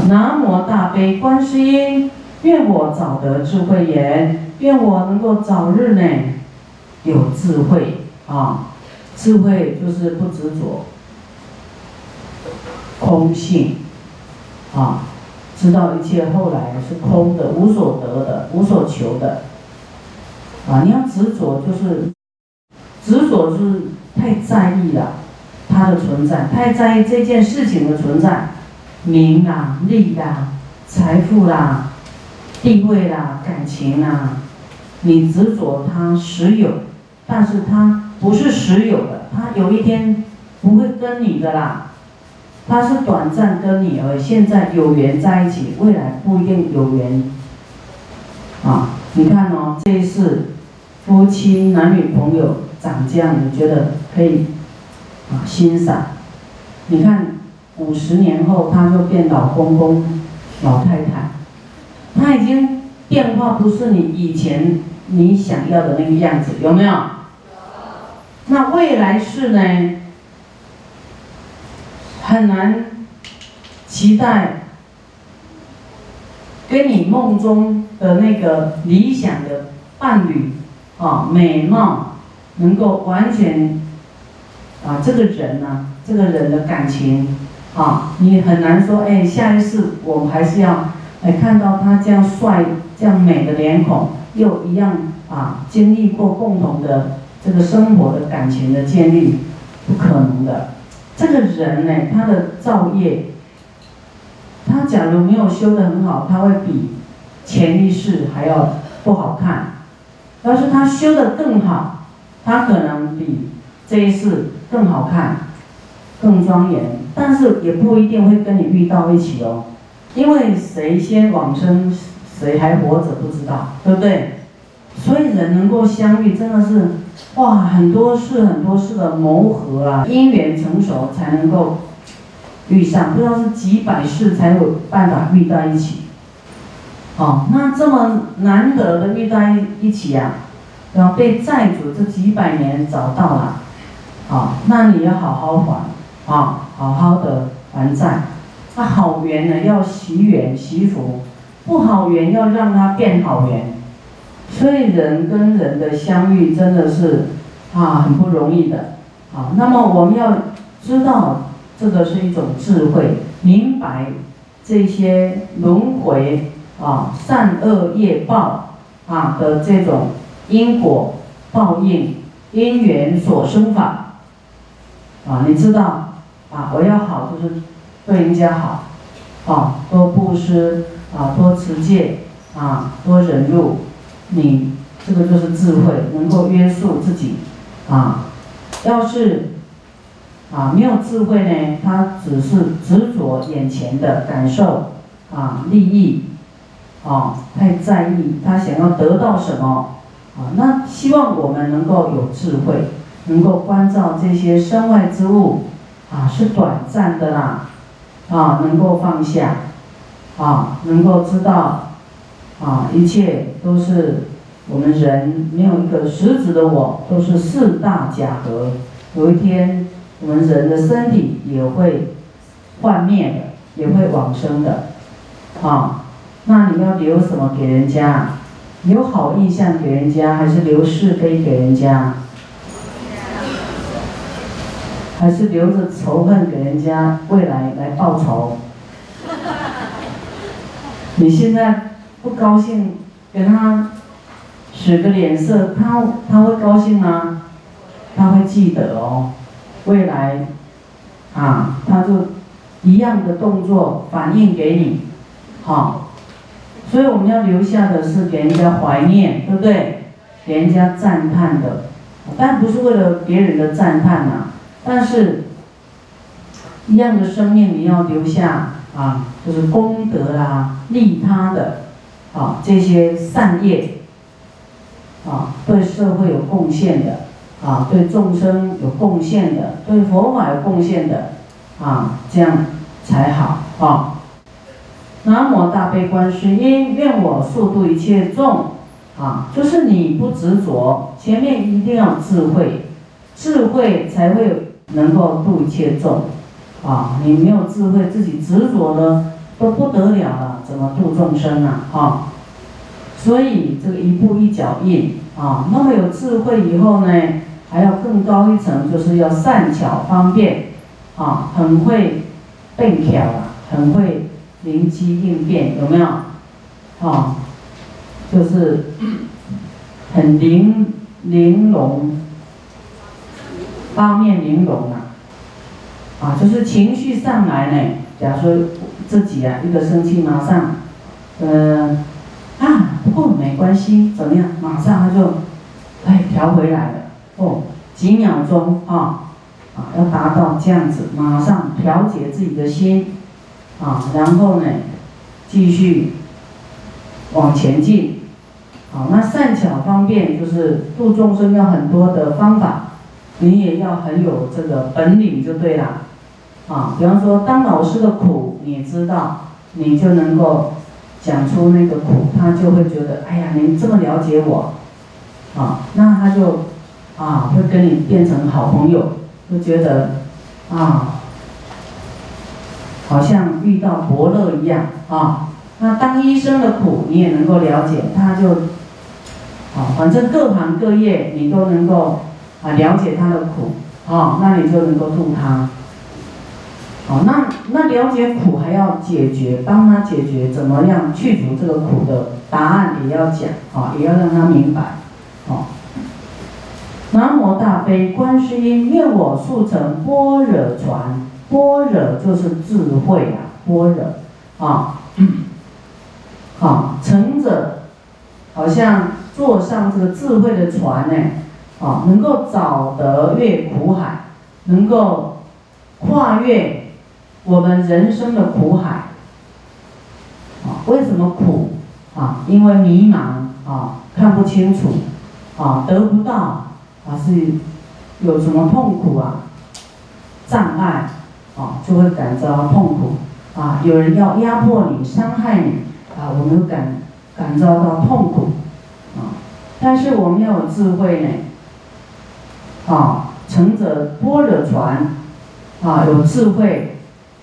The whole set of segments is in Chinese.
南无大悲观世音，愿我早得智慧眼，愿我能够早日呢有智慧啊！智慧就是不执着，空性啊，知道一切后来是空的，无所得的，无所求的啊！你要执着，就是执着是太在意了它的存在，太在意这件事情的存在，名啦、利啦、财富啦、地位啦、感情啦，你执着它实有，但是它不是实有的，它有一天不会跟你的啦。它是短暂跟你而已，现在有缘在一起，未来不一定有缘。啊，你看哦，这一世夫妻男女朋友长这样，你觉得可以欣赏？你看50年后他就变老公公、老太太，他已经变化不是你以前你想要的那个样子，有没有？那未来世呢？很难期待跟你梦中的那个理想的伴侣美貌能够完全这个人呢，这个人的感情你很难说下一次我们还是要看到他这样帅这样美的脸孔，又一样经历过共同的这个生活的感情的建立，不可能的。这个人呢，他的造业，他假如没有修得很好，他会比前一世还要不好看。要是他修得更好，他可能比这一世更好看、更庄严，但是也不一定会跟你遇到一起哦，因为谁先往生，谁还活着不知道，对不对？所以人能够相遇，真的是很多事的谋合因缘成熟才能够遇上，不知道是几百世才有办法遇到一起。那这么难得的遇到一起然后被债主这几百年找到了，那你要好好还好好的还债。那好缘呢，要习缘习福；不好缘要让它变好缘。所以人跟人的相遇真的是很不容易的那么我们要知道，这个是一种智慧，明白这些轮回善恶业报的这种因果报应、因缘所生法你知道我要好就是对人家好多布施多持戒多忍辱。你这个就是智慧，能够约束自己要是没有智慧呢，他只是执着眼前的感受利益太在意，他想要得到什么那希望我们能够有智慧，能够关照这些身外之物是短暂的啦能够放下能够知道一切都是我们人没有一个实质的我，都是四大假合。有一天，我们人的身体也会幻灭的，也会往生的那你要留什么给人家？留好印象给人家，还是留是非给人家？还是留着仇恨给人家，未来来报仇？你现在不高兴，给他使个脸色，他会高兴吗？他会记得未来他就一样的动作反应给你所以我们要留下的是给人家怀念，对不对？给人家赞叹的，但不是为了别人的赞叹但是一样的生命你要留下就是功德啦、利他的这些善业对社会有贡献的对众生有贡献的，对佛法有贡献的这样才好南无大悲观世音，愿我速度一切众就是你不执着，前面一定要智慧，智慧才会能够度一切众你没有智慧，自己执着呢都不得了了，怎么度众生啊？啊，所以这个一步一脚印啊，那么有智慧以后呢，还要更高一层，就是要善巧方便啊，很会变巧啊，很会灵机应变，有没有？啊，就是很玲珑，八面玲珑啊，就是情绪上来呢，假如说自己啊一个生气，马上，不过没关系，怎么样？马上他就，调回来了，哦，几秒钟要达到这样子，马上调节自己的心，然后呢，继续往前进，那善巧方便就是度众生要很多的方法，你也要很有这个本领就对了，比方说当老师的苦你知道，你就能够讲出那个苦，他就会觉得，哎呀，你这么了解我，那他就会跟你变成好朋友，就觉得好像遇到伯乐一样那当医生的苦你也能够了解，他就反正各行各业你都能够了解他的苦那你就能够度他。那了解苦还要解决，帮他解决怎么样去除这个苦的答案也要讲也要让他明白南无大悲观世音，愿我速成般若船。般若就是智慧般若乘着好像坐上这个智慧的船呢能够早得越苦海，能够跨越我们人生的苦海为什么苦因为迷茫看不清楚得不到是有什么痛苦障碍就会感到痛苦有人要压迫你、伤害你我们感遭到痛苦但是我们要有智慧呢乘着般若船有智慧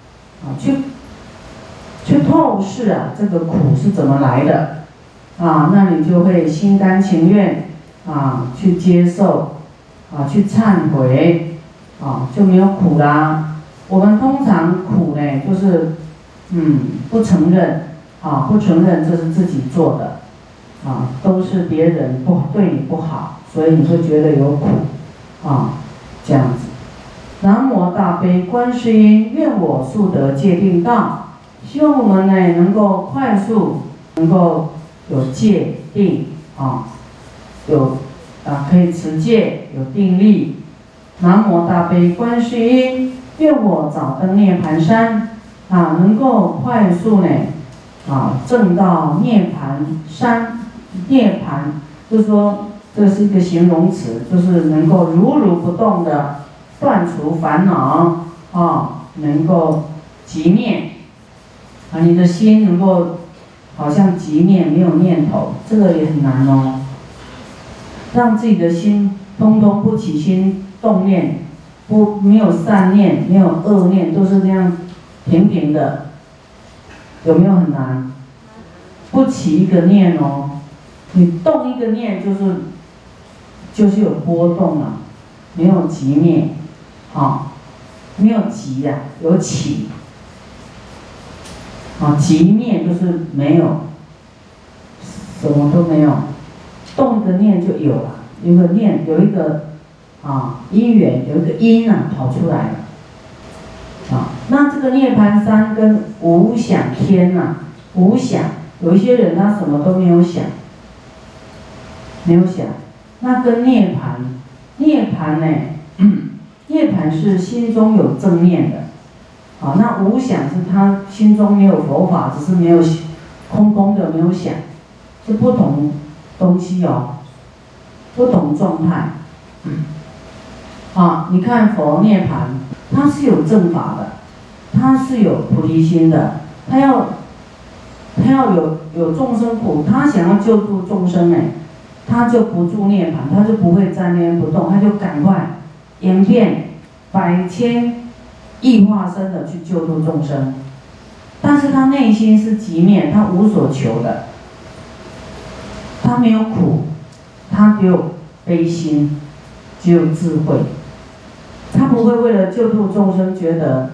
去透视这个苦是怎么来的那你就会心甘情愿去接受去忏悔就没有苦啦。我们通常苦呢就是不承认不承认这是自己做的都是别人对你不好，所以你会觉得有苦这样子。南无大悲观世音，愿我速得戒定道。希望我们呢能够快速能够有戒定有可以持戒，有定力。南无大悲观世音，愿我早登涅盘山能够快速呢证到涅盘山。涅盘就是说这是一个形容词，就是能够如不动的断除烦恼能够寂灭你的心能够好像寂灭，没有念头，这个也很难让自己的心通通不起心动念，没有善念，没有恶念，都是这样平平的，有没有很难？不起一个念你动一个念就是有波动没有寂灭没有寂有起寂灭就是没有，什么都没有，动一个念就有了，有一个念，有一个因缘，有一个因跑出来了那这个涅盘山跟无想天无想，有一些人他什么都没有想，那跟涅盘呢涅盘是心中有正念的那无想是他心中没有佛法，只是没有空空的，没有想，是不同东西不同状态你看佛涅盘，他是有正法的，他是有菩提心的，他要有众生苦，他想要救度众生他就不住涅盘，他就不会在那边不动，他就赶快演变百千亿化身的去救度众生。但是他内内心是寂灭，他无所求的，他没有苦，他只有悲心，只有智慧，他不会为了救度众生觉得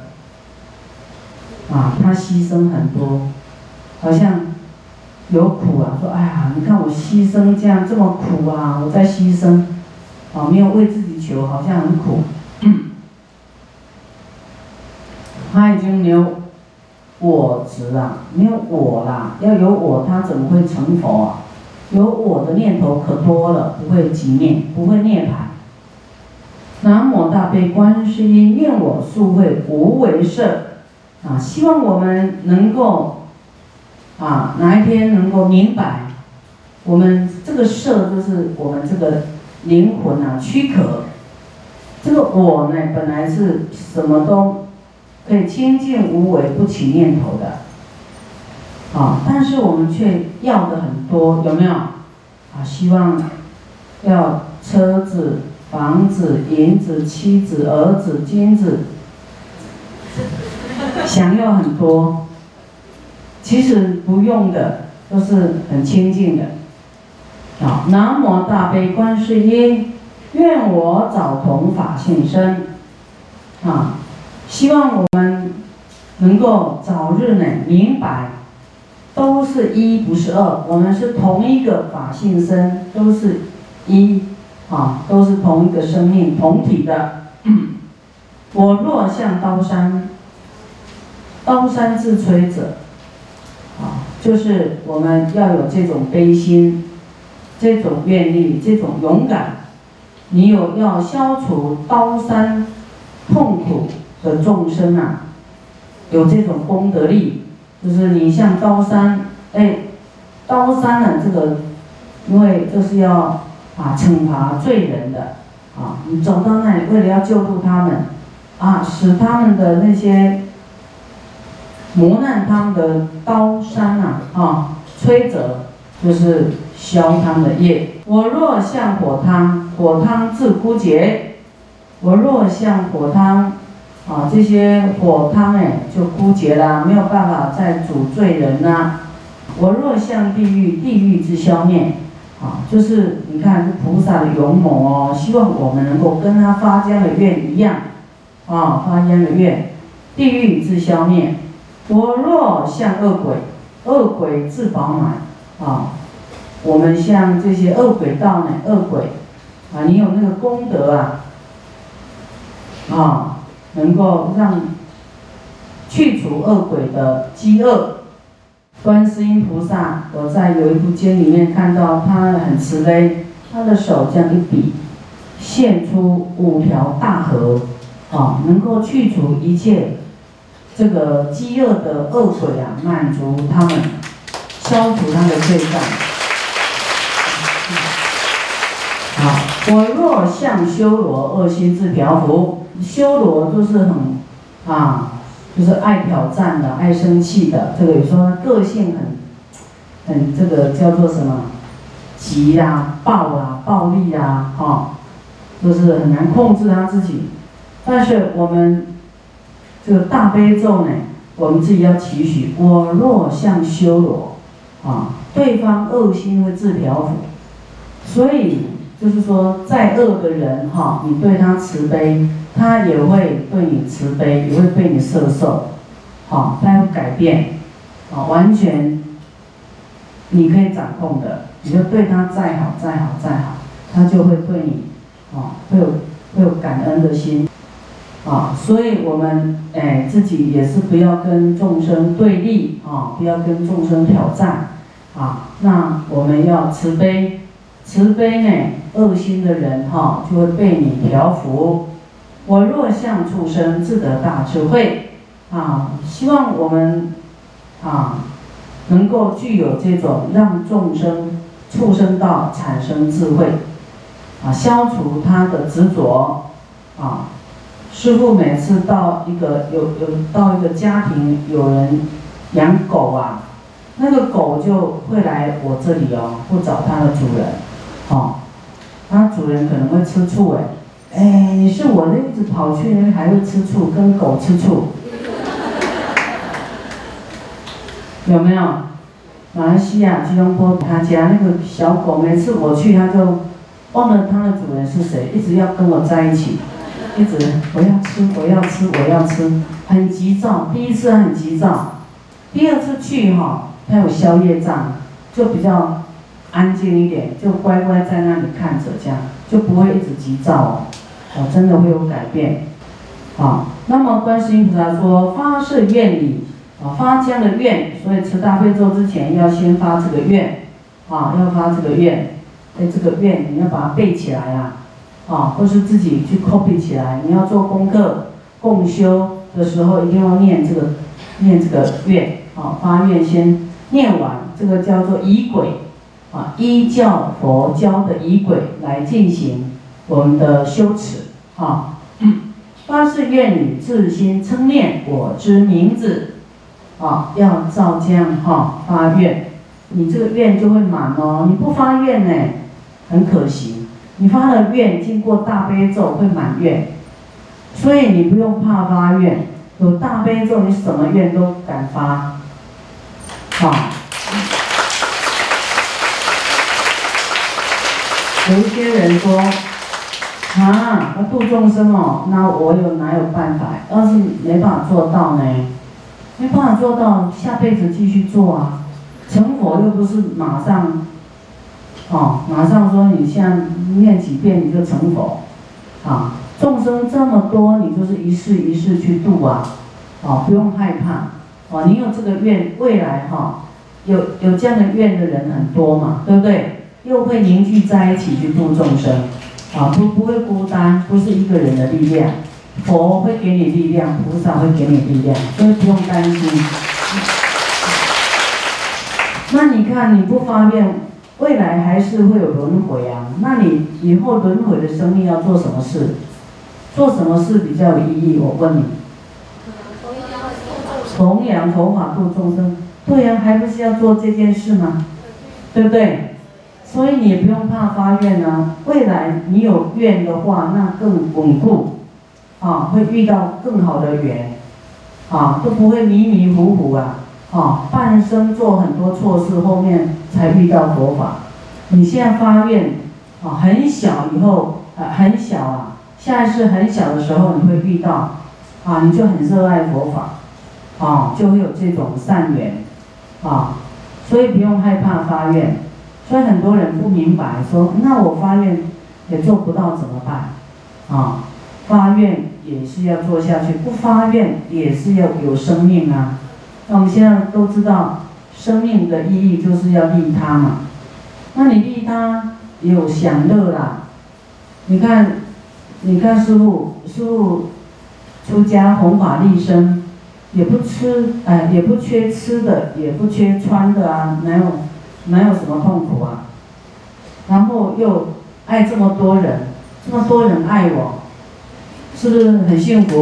他牺牲很多，好像有苦说哎呀，你看我牺牲这么苦我在牺牲没有为自己求，好像很苦。他已经没有我执没有我啦，要有我他怎么会成佛有我的念头可多了，不会寂灭，不会涅槃。南无大悲观世音，愿我速会无为摄希望我们能够哪一天能够明白，我们这个摄就是我们这个灵魂躯壳，这个我呢本来是什么都可以清净无为，不起念头的但是我们却要的很多，有没有希望要车子、房子、银子、妻子、儿子、金子，想要很多，其实不用的，都是很清净的。南无大悲观世音，愿我早同法性身希望我们能够早日明白，都是一不是二，我们是同一个法性身，都是一都是同一个生命同体的。我若像刀山，刀山自摧者就是我们要有这种悲心，这种愿力，这种勇敢，你要消除刀山痛苦的众生有这种功德力，就是你像刀山，刀山这个，因为这是要惩罚罪人的你走到那里，为了要救度他们使他们的那些磨难他们的刀山摧折，就是消他们的业。我若像火汤，火汤自枯竭；我若像火汤这些火汤就枯竭了，没有办法再煮罪人我若像地狱，地狱之消灭就是你看菩萨的勇猛希望我们能够跟他发这样的愿一样发这样的愿，地狱之消灭。我若像恶鬼，恶鬼自饱满我们像这些恶鬼道恶鬼你有那个功德能够让去除恶鬼的饥饿。观世音菩萨，我在有一部经里面看到他很慈悲，他的手这样一比，现出5条大河能够去除一切这个饥饿的恶鬼满足他们，消除他的罪障。我若像修罗，恶心自漂浮。修罗就是很就是爱挑战的，爱生气的。这个有时候个性很这个叫做什么急暴力就是很难控制他自己。但是我们这个大悲咒我们自己要期许，我若像修罗对方恶心会自漂浮。所以就是说，再恶的人你对他慈悲，他也会对你慈悲，也会对你摄受他会改变完全你可以掌控的。你就对他再好，他就会对你会有感恩的心所以我们自己也是不要跟众生对立不要跟众生挑战那我们要慈悲。慈悲恶心的人就会被你调伏。我若像畜生，自得大智慧希望我们能够具有这种让众生畜生道产生智慧消除他的执着师父每次到一个到一个家庭，有人养狗那个狗就会来我这里不找它的主人它主人可能会吃醋你是我的，一直跑去那还会吃醋，跟狗吃醋有没有？马来西亚吉隆坡他家那个小狗，每次我去，它就忘了它的主人是谁，一直要跟我在一起，一直我要吃，我要吃，我要吃，很急躁。第一次很急躁，第二次去哈，它有消业障，就比较安静一点，就乖乖在那里看着，这样就不会一直急躁哦，真的会有改变。啊，那么观世音菩萨说发誓愿礼。发这样的愿，所以持大悲咒之前要先发这个愿，要发这个愿，这个愿你要把它背起来或是自己去 copy 起来。你要做功课、共修的时候，一定要念这个愿，发愿先念完，这个叫做仪轨，依教佛教的仪轨来进行我们的修持，发誓愿你自心称念我之名字。要照这样发愿，你这个愿就会满哦。你不发愿呢，很可惜。你发了愿，经过大悲咒会满愿，所以你不用怕发愿。有大悲咒，你什么愿都敢发。有一些人说，要度众生哦，那我哪有办法？要是没办法做到呢？没办法做到，下辈子继续做啊！成佛又不是马上，马上说你现在念几遍你就成佛，众生这么多，你就是一世一世去度不用害怕，你有这个愿，未来有这样的愿的人很多嘛，对不对？又会凝聚在一起去度众生，不会孤单，不是一个人的力量。佛会给你力量，菩萨会给你力量，所以不用担心。那你看，你不发愿，未来还是会有轮回啊。那你以后轮回的生命要做什么事？做什么事比较有意义？我问你。弘扬佛法度众生，对呀，还不是要做这件事吗？对不对？所以你也不用怕发愿啊。未来你有愿的话，那更稳固。会遇到更好的缘，都不会迷迷糊糊半生做很多错事，后面才遇到佛法。你现在发愿，很小以后，很小下一世很小的时候你会遇到，你就很热爱佛法，就会有这种善缘，所以不用害怕发愿。所以很多人不明白说，那我发愿也做不到怎么办？发愿也是要做下去，不发愿也是要有生命啊。那我们现在都知道，生命的意义就是要利他嘛。那你利他也有享乐啦。你看师父出家弘法利生，也不缺吃的，也不缺穿的哪有什么痛苦啊？然后又爱这么多人，这么多人爱我。是不是很幸福？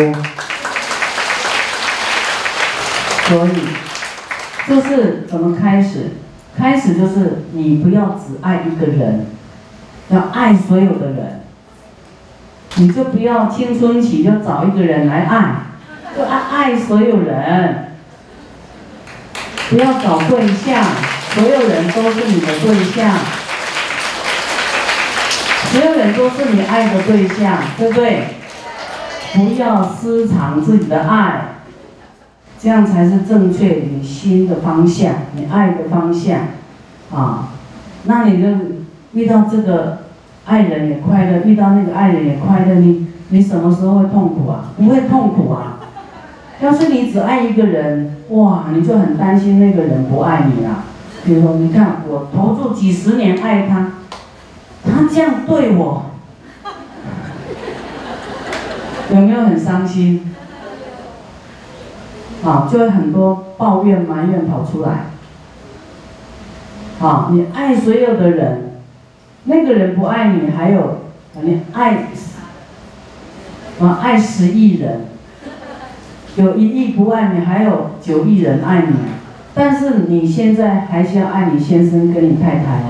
所以就是怎么开始？开始就是你不要只爱一个人，要爱所有的人。你就不要青春期就找一个人来爱，就爱所有人。不要找对象，所有人都是你的对象，所有人都是你爱的对象，对不对？不要私藏自己的爱，这样才是正确你心的方向，你爱的方向，那你就遇到这个爱人也快乐，遇到那个爱人也快乐，你什么时候会痛苦啊？不会痛苦啊。要是你只爱一个人，哇，你就很担心那个人不爱你啦。比如说，你看我投注几十年爱他，他这样对我。有没有很伤心？就会很多抱怨埋怨跑出来。你爱所有的人，那个人不爱你，还有你爱10亿人，有1亿不爱你，还有9亿人爱你。但是你现在还是要爱你先生跟你太太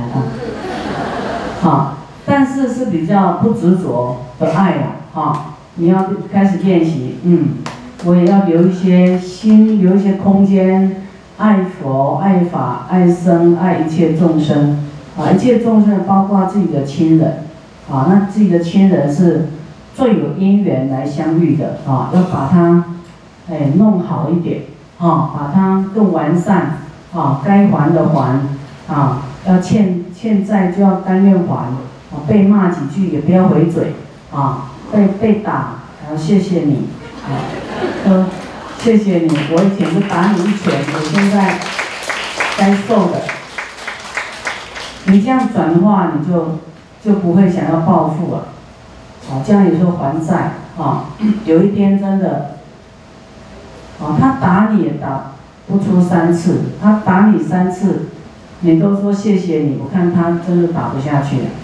但是是比较不执着的爱你要开始练习，我也要留一些心，留一些空间， 爱佛、爱法、爱僧、爱一切众生啊！一切众生包括自己的亲人啊，那自己的亲人是最有因缘来相遇的啊，要把它弄好一点啊，把它更完善啊，该还的还啊，要欠债就要甘愿还啊，被骂几句也不要回嘴啊，被打然后谢谢你啊，谢谢你，我以前就打你一拳，我现在该受的。你这样转化，你就不会想要报复了。啊，这样也说还债啊。有一天真的，啊，他打你也打不出3次，他打你3次，你都说谢谢你，我看他真的打不下去了。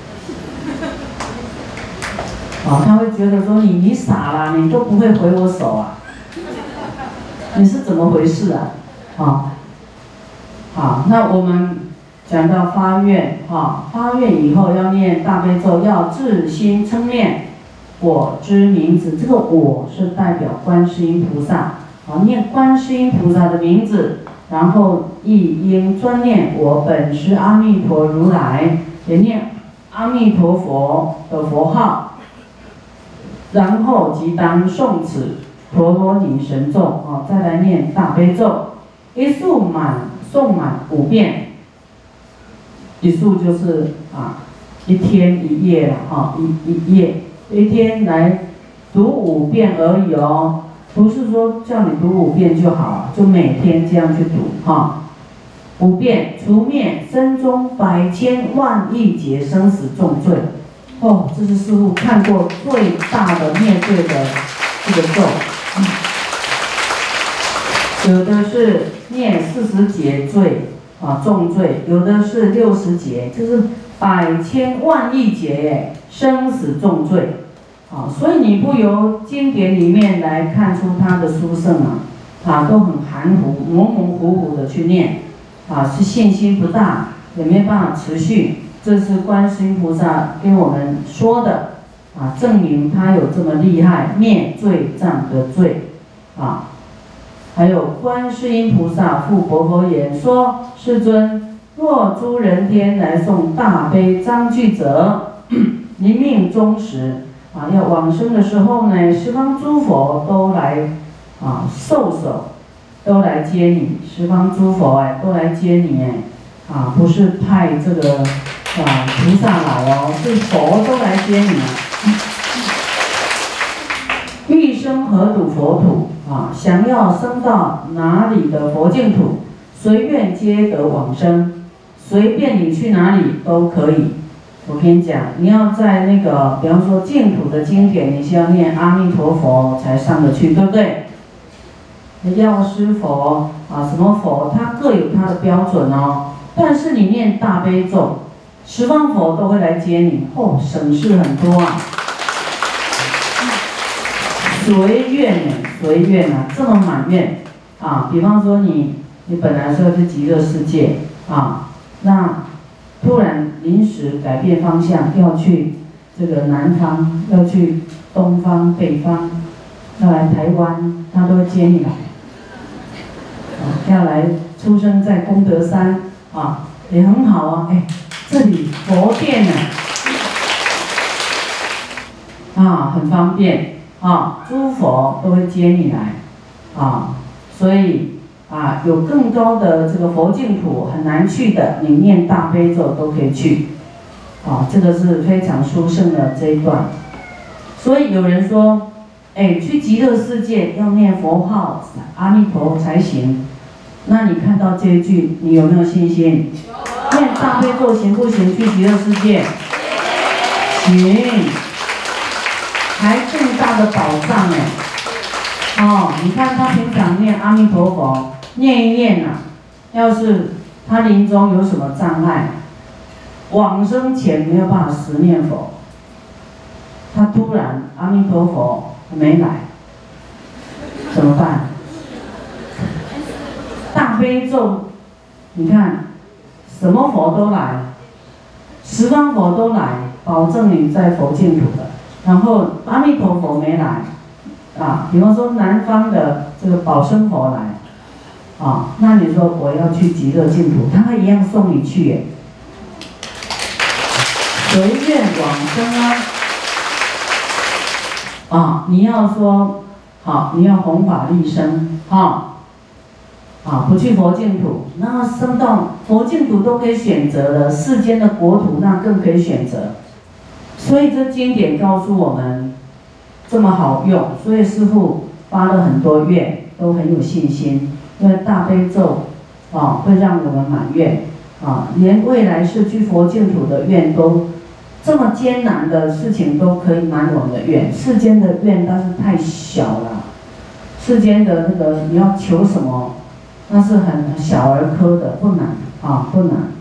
啊，他会觉得说你傻啦，你都不会回我手啊。你是怎么回事啊？啊，好，那我们讲到发愿啊，发愿以后要念大悲咒，要自心称念我之名字。这个我是代表观世音菩萨啊，念观世音菩萨的名字，然后亦应专念我本师阿弥陀如来，也念阿弥陀佛的佛号，然后即当诵此陀罗尼神咒啊，再来念大悲咒，一数诵满5遍，一数就是啊1天1夜了啊，一夜1天来读5遍而已哦，不是说叫你读5遍就好，就每天这样去读哈，5遍除灭身中百千万亿劫生死重罪。哦，这是师父看过最大的灭罪的这个咒。有的是灭40劫罪啊重罪，有的是60劫，就是百千万亿劫生死重罪啊。所以你不由经典里面来看出他的殊胜啊，都很含糊、模模糊糊的去念啊，是信心不大，也没办法持续。这是观世音菩萨跟我们说的啊，证明他有这么厉害，灭罪障的罪啊。还有观世音菩萨复薄佛言说：世尊，若诸人天来诵大悲章句者，临命终时啊，要往生的时候呢，十方诸佛都来啊受手，都来接你，十方诸佛都来接你啊，不是派这个菩萨来哦，是佛都来接你欲生何土佛土啊，想要生到哪里的佛净土，随愿皆得往生，随便你去哪里都可以。我跟你讲，你要在那个，比方说净土的经典，你是要念阿弥陀佛才上得去，对不对？药师佛啊，什么佛，它各有它的标准哦。但是你念大悲咒，十方佛都会来接你，哦，省事很多啊。随愿啊，这么满愿啊！比方说你本来是要去极乐世界啊，那突然临时改变方向，要去这个南方，要去东方、北方，要来台湾，他都会接你来。要来出生在功德山啊，也很好啊。这里佛殿啊，很方便。啊，诸佛都会接你来，啊，所以啊，有更高的这个佛净土很难去的，你念大悲咒都可以去，啊，这个是非常殊胜的这一段。所以有人说，去极乐世界要念佛号阿弥陀才行。那你看到这一句，你有没有信心？念大悲咒行不行？去极乐世界？行。还更大的宝藏你看他平常念阿弥陀佛，念一念要是他临终有什么障碍，往生前没有办法实念佛，他突然阿弥陀佛没来，怎么办？大悲咒，你看什么佛都来，十方佛都来，保证你在佛净土的。然后阿弥陀佛没来，比方说南方的这个保生佛来， 啊，那你说我要去极乐净土，他会一样送你去耶。随愿往生啊，你要说好，你要弘法利生不去佛净土，那升到佛净土都可以选择了，世间的国土那更可以选择。所以这经典告诉我们这么好用，所以师父发了很多愿，都很有信心，因为大悲咒会让我们满愿连未来世去佛净土的愿都这么艰难的事情都可以满我们的愿，世间的愿但是太小了，世间的那个你要求什么，那是很小儿科的，不难不难。